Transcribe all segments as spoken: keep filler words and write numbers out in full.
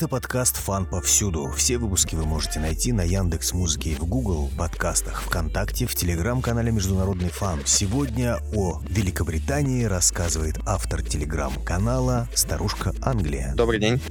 Это подкаст «Фан повсюду». Все выпуски вы можете найти на Яндекс.Музыке и в Google подкастах, ВКонтакте, в телеграм-канале «Международный фан». Сегодня о Великобритании рассказывает автор телеграм-канала «Старушка Англия». Добрый день.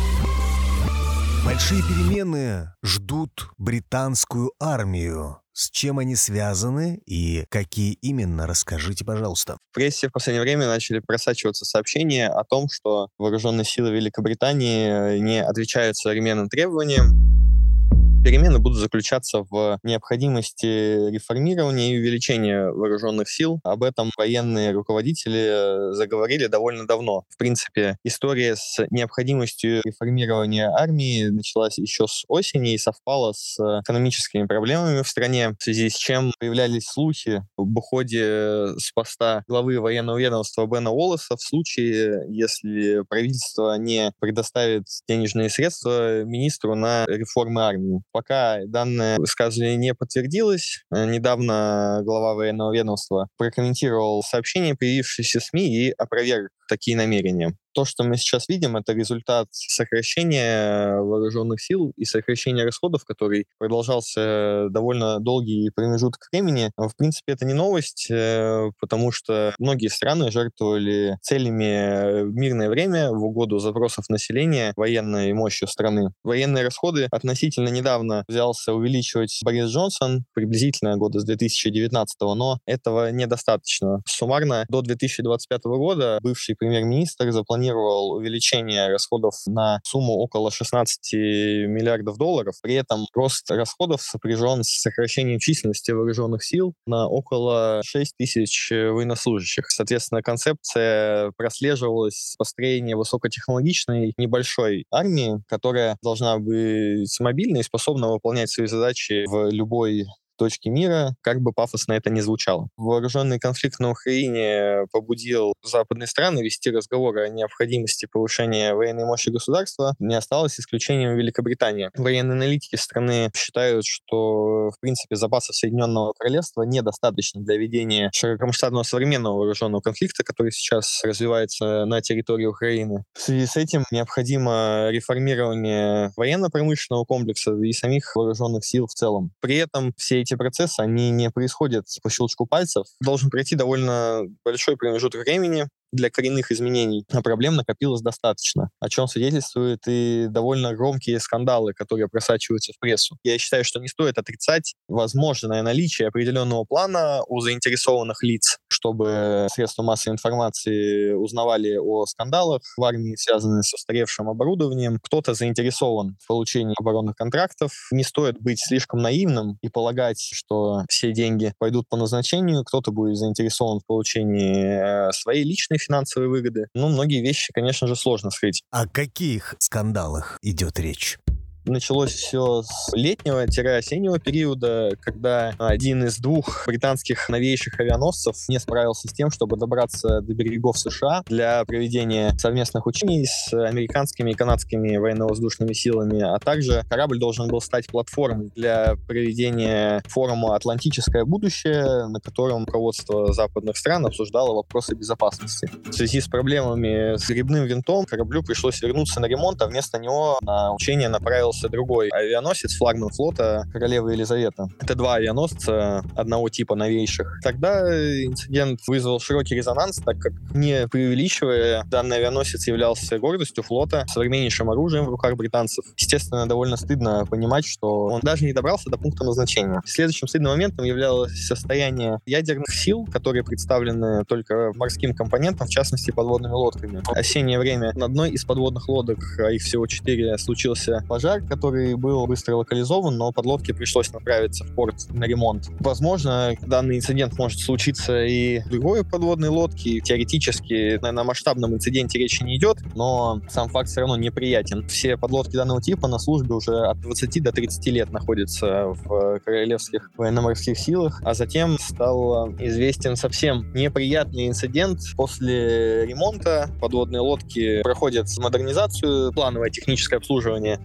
Большие перемены ждут британскую армию. С чем они связаны и какие именно, расскажите, пожалуйста. В прессе в последнее время начали просачиваться сообщения о том, что вооруженные силы Великобритании не отвечают современным требованиям. Перемены будут заключаться в необходимости реформирования и увеличения вооруженных сил. Об этом военные руководители заговорили довольно давно. В принципе, история с необходимостью реформирования армии началась еще с осени и совпала с экономическими проблемами в стране, в связи с чем появлялись слухи об уходе с поста главы военного ведомства Бена Уоллеса в случае, если правительство не предоставит денежные средства министру на реформы армии. Пока данное высказывание не подтвердилось, недавно глава военного ведомства прокомментировал сообщение, появившееся в СМИ, и опроверг такие намерения. То, что мы сейчас видим, это результат сокращения вооруженных сил и сокращения расходов, который продолжался довольно долгий промежуток времени. В принципе, это не новость, потому что многие страны жертвовали целями в мирное время в угоду запросов населения военной мощью страны. Военные расходы относительно недавно взялся увеличивать Борис Джонсон, приблизительно года с две тысячи девятнадцатого, но этого недостаточно. Суммарно до две тысячи двадцать пятого года бывший премьер-министр запланировал увеличение расходов на сумму около шестнадцати миллиардов долларов. При этом рост расходов сопряжен с сокращением численности вооруженных сил на около шести тысяч военнослужащих. Соответственно, концепция прослеживалась построение высокотехнологичной небольшой армии, которая должна быть мобильной и способна выполнять свои задачи в любой точки мира, как бы пафосно это ни звучало. Вооруженный конфликт на Украине побудил западные страны вести разговоры о необходимости повышения военной мощи государства. Не осталось исключением Великобритания. Военные аналитики страны считают, что, в принципе, запасов Соединенного Королевства недостаточно для ведения широкомасштабного современного вооруженного конфликта, который сейчас развивается на территории Украины. В связи с этим необходимо реформирование военно-промышленного комплекса и самих вооруженных сил в целом. При этом все эти процессы, они не происходят по щелчку пальцев. Должен пройти довольно большой промежуток времени для коренных изменений, а проблем накопилось достаточно, о чем свидетельствуют и довольно громкие скандалы, которые просачиваются в прессу. Я считаю, что не стоит отрицать возможное наличие определенного плана у заинтересованных лиц, чтобы средства массовой информации узнавали о скандалах в армии, связанных с устаревшим оборудованием. Кто-то заинтересован в получении оборонных контрактов. Не стоит быть слишком наивным и полагать, что все деньги пойдут по назначению. Кто-то будет заинтересован в получении своей личной финансовые выгоды. Ну, многие вещи, конечно же, сложно скрыть. О каких скандалах идет речь? Началось все с летнего-осеннего периода, когда один из двух британских новейших авианосцев не справился с тем, чтобы добраться до берегов США для проведения совместных учений с американскими и канадскими военно-воздушными силами, а также корабль должен был стать платформой для проведения форума «Атлантическое будущее», на котором руководство западных стран обсуждало вопросы безопасности. В связи с проблемами с гребным винтом кораблю пришлось вернуться на ремонт, а вместо него на учение направил другой авианосец, флагман флота «Королева Елизавета». Это два авианосца одного типа новейших. Тогда инцидент вызвал широкий резонанс, так как, не преувеличивая, данный авианосец являлся гордостью флота, современнейшим оружием в руках британцев. Естественно, довольно стыдно понимать, что он даже не добрался до пункта назначения. Следующим стыдным моментом являлось состояние ядерных сил, которые представлены только морским компонентом, в частности, подводными лодками. В осеннее время на одной из подводных лодок, а их всего четыре, случился пожар, который был быстро локализован, но подлодке пришлось направиться в порт на ремонт. Возможно, данный инцидент может случиться и в другой подводной лодке. Теоретически на масштабном инциденте речи не идет, но сам факт все равно неприятен. Все подлодки данного типа на службе уже от двадцати до тридцати лет находятся в королевских военно-морских силах, а затем стал известен совсем неприятный инцидент. После ремонта подводные лодки проходят модернизацию, плановое техническое обслуживание, и после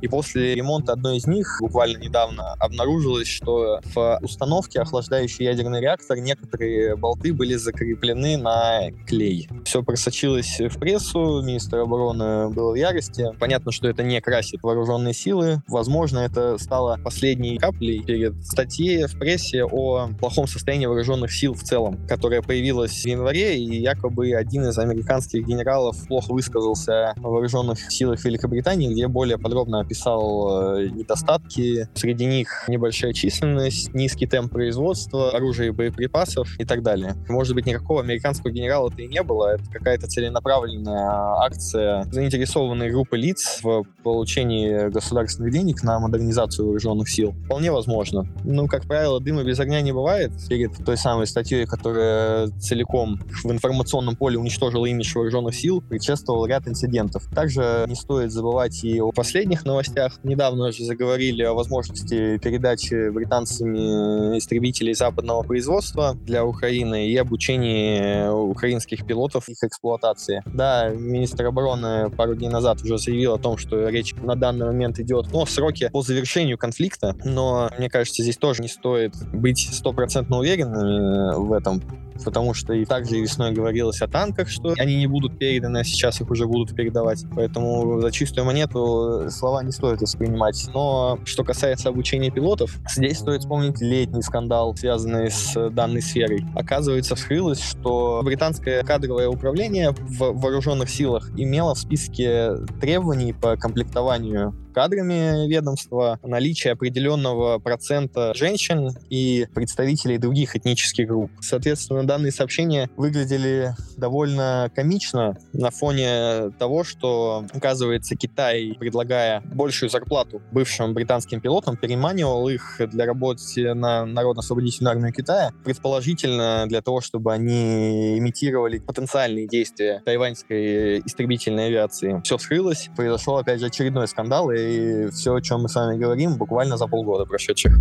После ремонта одной из них буквально недавно обнаружилось, что в установке, охлаждающей ядерный реактор, некоторые болты были закреплены на клей. Все просочилось в прессу, министр обороны был в ярости. Понятно, что это не красит вооруженные силы. Возможно, это стало последней каплей перед статьей в прессе о плохом состоянии вооруженных сил в целом, которая появилась в январе, и якобы один из американских генералов плохо высказался о вооруженных силах Великобритании, где более подробно описал э, недостатки. Среди них небольшая численность, низкий темп производства, оружия и боеприпасов и так далее. Может быть, никакого американского генерала-то и не было. Это какая-то целенаправленная акция заинтересованной группы лиц в получении государственных денег на модернизацию вооруженных сил. Вполне возможно. Ну, как правило, дыма без огня не бывает. Перед той самой статьей, которая целиком в информационном поле уничтожила имидж вооруженных сил, предшествовал ряд инцидентов. Также не стоит забывать и о последних новостях. Недавно же заговорили о возможности передачи британцами истребителей западного производства для Украины и обучении украинских пилотов их эксплуатации. Да, министр обороны пару дней назад уже заявил о том, что речь на данный момент идет о сроке по завершению конфликта, но мне кажется, здесь тоже не стоит быть стопроцентно уверенными в этом, потому что и также весной говорилось о танках, что они не будут переданы, а сейчас их уже будут передавать. Поэтому за чистую монету слова не стоит воспринимать. Но что касается обучения пилотов, здесь стоит вспомнить летний скандал, связанный с данной сферой. Оказывается, вскрылось, что британское кадровое управление в вооруженных силах имело в списке требований по комплектованию кадрами ведомства наличие определенного процента женщин и представителей других этнических групп. Соответственно, данные сообщения выглядели довольно комично на фоне того, что, оказывается, Китай, предлагая большую зарплату бывшим британским пилотам, переманивал их для работы на Народно-освободительную армию Китая, предположительно для того, чтобы они имитировали потенциальные действия тайваньской истребительной авиации. Все вскрылось, произошел, опять же, очередной скандал, и И все, о чем мы с вами говорим, буквально за полгода прошедших.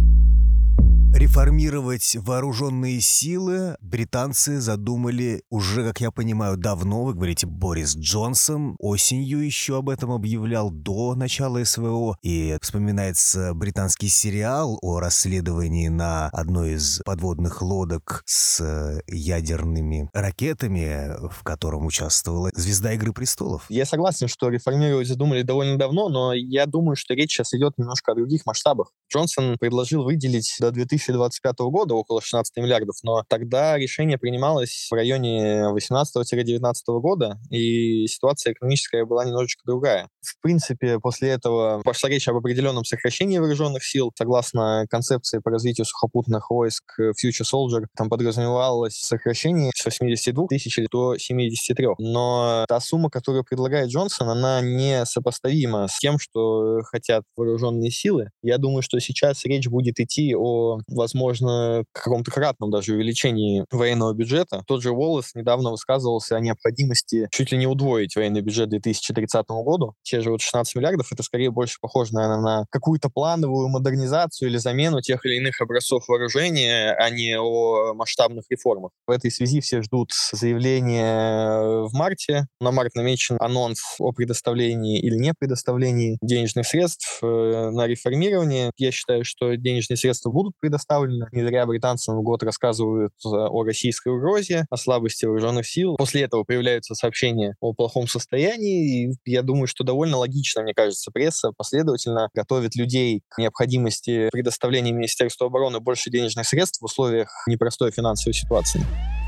Реформировать вооруженные силы британцы задумали уже, как я понимаю, давно. Вы говорите, Борис Джонсон осенью еще об этом объявлял, до начала СВО. И вспоминается британский сериал о расследовании на одной из подводных лодок с ядерными ракетами, в котором участвовала звезда «Игры престолов». Я согласен, что реформировать задумали довольно давно, но я думаю, что речь сейчас идет немножко о других масштабах. Джонсон предложил выделить до две тысячи двадцать пятого года около шестнадцати миллиардов, но тогда решение принималось в районе восемнадцатого-девятнадцатого года, и ситуация экономическая была немножечко другая. В принципе, после этого пошла речь об определенном сокращении вооруженных сил. Согласно концепции по развитию сухопутных войск Future Soldier, там подразумевалось сокращение с восьмидесяти двух тысяч до семидесяти трёх. Но та сумма, которую предлагает Джонсон, она не сопоставима с тем, что хотят вооруженные силы. Я думаю, что сейчас речь будет идти о, возможно, каком-то кратном даже увеличении военного бюджета. Тот же Уоллес недавно высказывался о необходимости чуть ли не удвоить военный бюджет к две тысячи тридцатому году. Те же вот шестнадцать миллиардов, это скорее больше похоже, наверное, на какую-то плановую модернизацию или замену тех или иных образцов вооружения, а не о масштабных реформах. В этой связи все ждут заявления в марте. На март намечен анонс о предоставлении или не предоставлении денежных средств э, на реформирование. Я считаю, что денежные средства будут предоставлены. Не зря британцам в год рассказывают о российской угрозе, о слабости вооруженных сил. После этого появляются сообщения о плохом состоянии. И я думаю, что довольно логично, мне кажется, пресса последовательно готовит людей к необходимости предоставления Министерству обороны больше денежных средств в условиях непростой финансовой ситуации.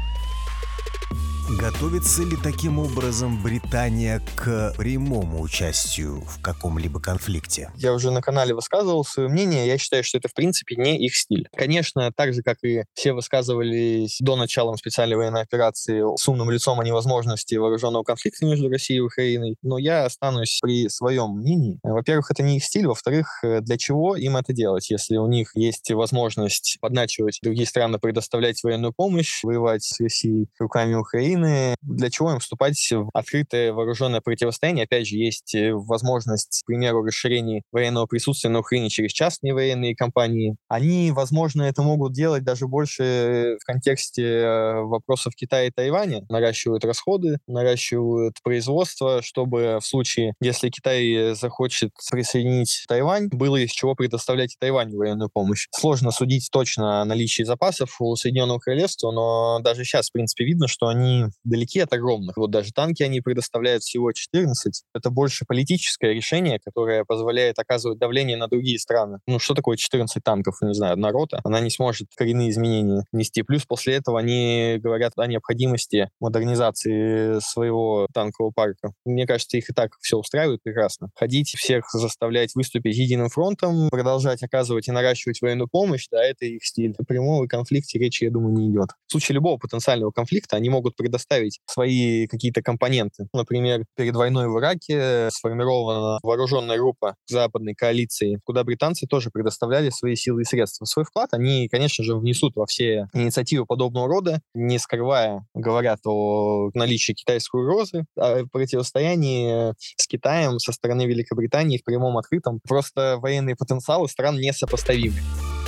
Готовится ли таким образом Британия к прямому участию в каком-либо конфликте? Я уже на канале высказывал свое мнение. Я считаю, что это, в принципе, не их стиль. Конечно, так же, как и все высказывались до начала специальной военной операции с умным лицом о невозможности вооруженного конфликта между Россией и Украиной, но я останусь при своем мнении. Во-первых, это не их стиль. Во-вторых, для чего им это делать, если у них есть возможность подначивать другие страны, предоставлять военную помощь, воевать с Россией руками Украины, причины, для чего им вступать в открытое вооруженное противостояние. Опять же, есть возможность, к примеру, расширения военного присутствия на Украине через частные военные компании. Они, возможно, это могут делать даже больше в контексте вопросов Китая и Тайваня. Наращивают расходы, наращивают производство, чтобы в случае, если Китай захочет присоединить Тайвань, было из чего предоставлять и Тайваню военную помощь. Сложно судить точно о наличии запасов у Соединенного Королевства, но даже сейчас, в принципе, видно, что они далеки от огромных. Вот даже танки они предоставляют всего четырнадцать. Это больше политическое решение, которое позволяет оказывать давление на другие страны. Ну, что такое четырнадцать танков? Не знаю, одна рота. Она не сможет коренные изменения нести. Плюс после этого они говорят о необходимости модернизации своего танкового парка. Мне кажется, их и так все устраивает прекрасно. Ходить, всех заставлять выступить единым фронтом, продолжать оказывать и наращивать военную помощь, да, это их стиль. О прямом конфликте речи, я думаю, не идет. В случае любого потенциального конфликта они могут предоставить свои какие-то компоненты. Например, перед войной в Ираке сформирована вооруженная группа западной коалиции, куда британцы тоже предоставляли свои силы и средства. Свой вклад они, конечно же, внесут во все инициативы подобного рода, не скрывая, говорят о наличии китайской угрозы, о противостоянии с Китаем со стороны Великобритании в прямом открытом. Просто военные потенциалы стран несопоставимы.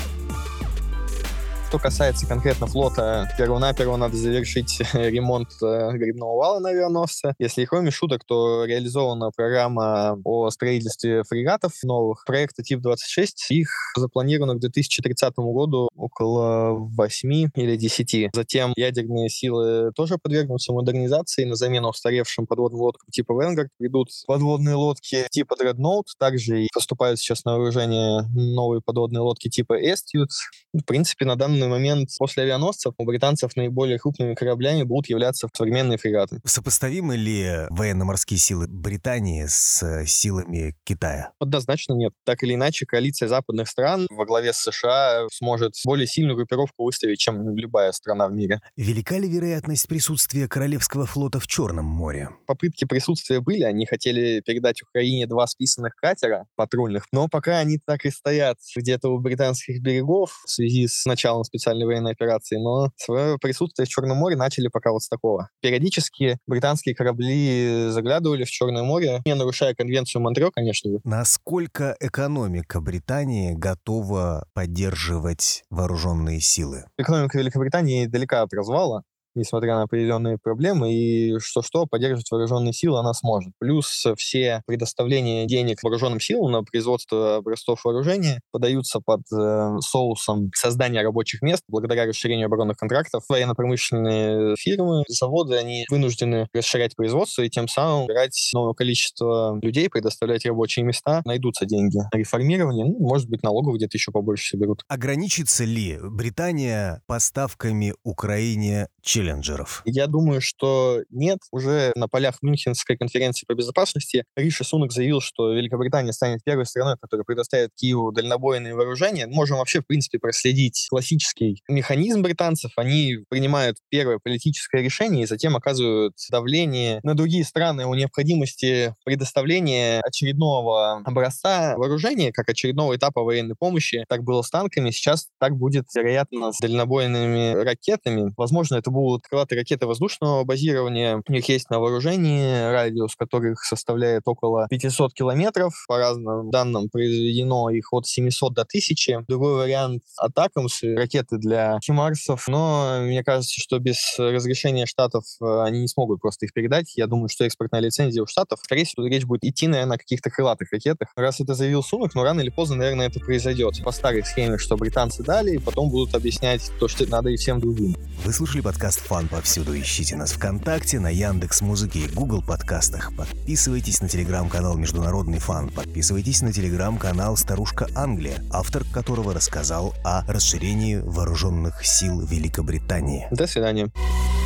Что касается конкретно флота, перво-наперво надо завершить ремонт э, гребного вала на авианосце. Если кроме шуток, то реализована программа о строительстве фрегатов новых. Проекта Тип двадцать шесть, их запланировано к две тысячи тридцатому году около восьми или десяти. Затем ядерные силы тоже подвергнутся модернизации. На замену устаревшим подводным лодкам типа Венгард придут подводные лодки типа Дредноут. Также и поступают сейчас на вооружение новые подводные лодки типа Эстьют. В принципе, на данный момент после авианосцев у британцев наиболее крупными кораблями будут являться современные фрегаты. Сопоставимы ли военно-морские силы Британии с силами Китая? Однозначно нет. Так или иначе, коалиция западных стран во главе с США сможет более сильную группировку выставить, чем любая страна в мире. Велика ли вероятность присутствия Королевского флота в Черном море? Попытки присутствия были. Они хотели передать Украине два списанных катера патрульных, но пока они так и стоят где-то у британских берегов в связи с началом специальной военной операции, но свое присутствие в Черном море начали пока вот с такого. Периодически британские корабли заглядывали в Черное море, не нарушая конвенцию Монтрео, конечно же. Насколько экономика Британии готова поддерживать вооруженные силы? Экономика Великобритании далека от развала, несмотря на определенные проблемы, и что-что, поддерживать вооруженные силы она сможет. Плюс все предоставления денег вооруженным силам на производство образцов вооружения подаются под э, соусом создания рабочих мест благодаря расширению оборонных контрактов. Военно-промышленные фирмы, заводы, они вынуждены расширять производство и тем самым брать новое количество людей, предоставлять рабочие места. Найдутся деньги на реформирование, ну, может быть, налогов где-то еще побольше соберут. Ограничится ли Британия поставками Украине челленджеров? Я думаю, что нет. Уже на полях Мюнхенской конференции по безопасности Риши Сунак заявил, что Великобритания станет первой страной, которая предоставит Киеву дальнобойные вооружения. Можем вообще, в принципе, проследить классический механизм британцев. Они принимают первое политическое решение и затем оказывают давление на другие страны о необходимости предоставления очередного образца вооружения, как очередного этапа военной помощи. Так было с танками, сейчас так будет, вероятно, с дальнобойными ракетами. Возможно, это будут крылатые ракеты воздушного базирования. У них есть на вооружении радиус, которых составляет около пятисот километров. По разным данным произведено их от семисот до тысячи. Другой вариант — Атакамс, ракеты для химарсов. Но мне кажется, что без разрешения Штатов они не смогут просто их передать. Я думаю, что экспортная лицензия у Штатов, скорее всего, речь будет идти, наверное, о каких-то крылатых ракетах. Раз это заявил Сунак, но рано или поздно, наверное, это произойдет. По старой схеме, что британцы дали, и потом будут объяснять то, что надо и всем другим. Вы слушали подкаст «Фан повсюду». Ищите нас ВКонтакте, на Яндекс.Музыке и Google подкастах. Подписывайтесь на телеграм-канал «Международный фан». Подписывайтесь на телеграм-канал «Старушка Англия», автор которого рассказал о расширении вооруженных сил Великобритании. До свидания.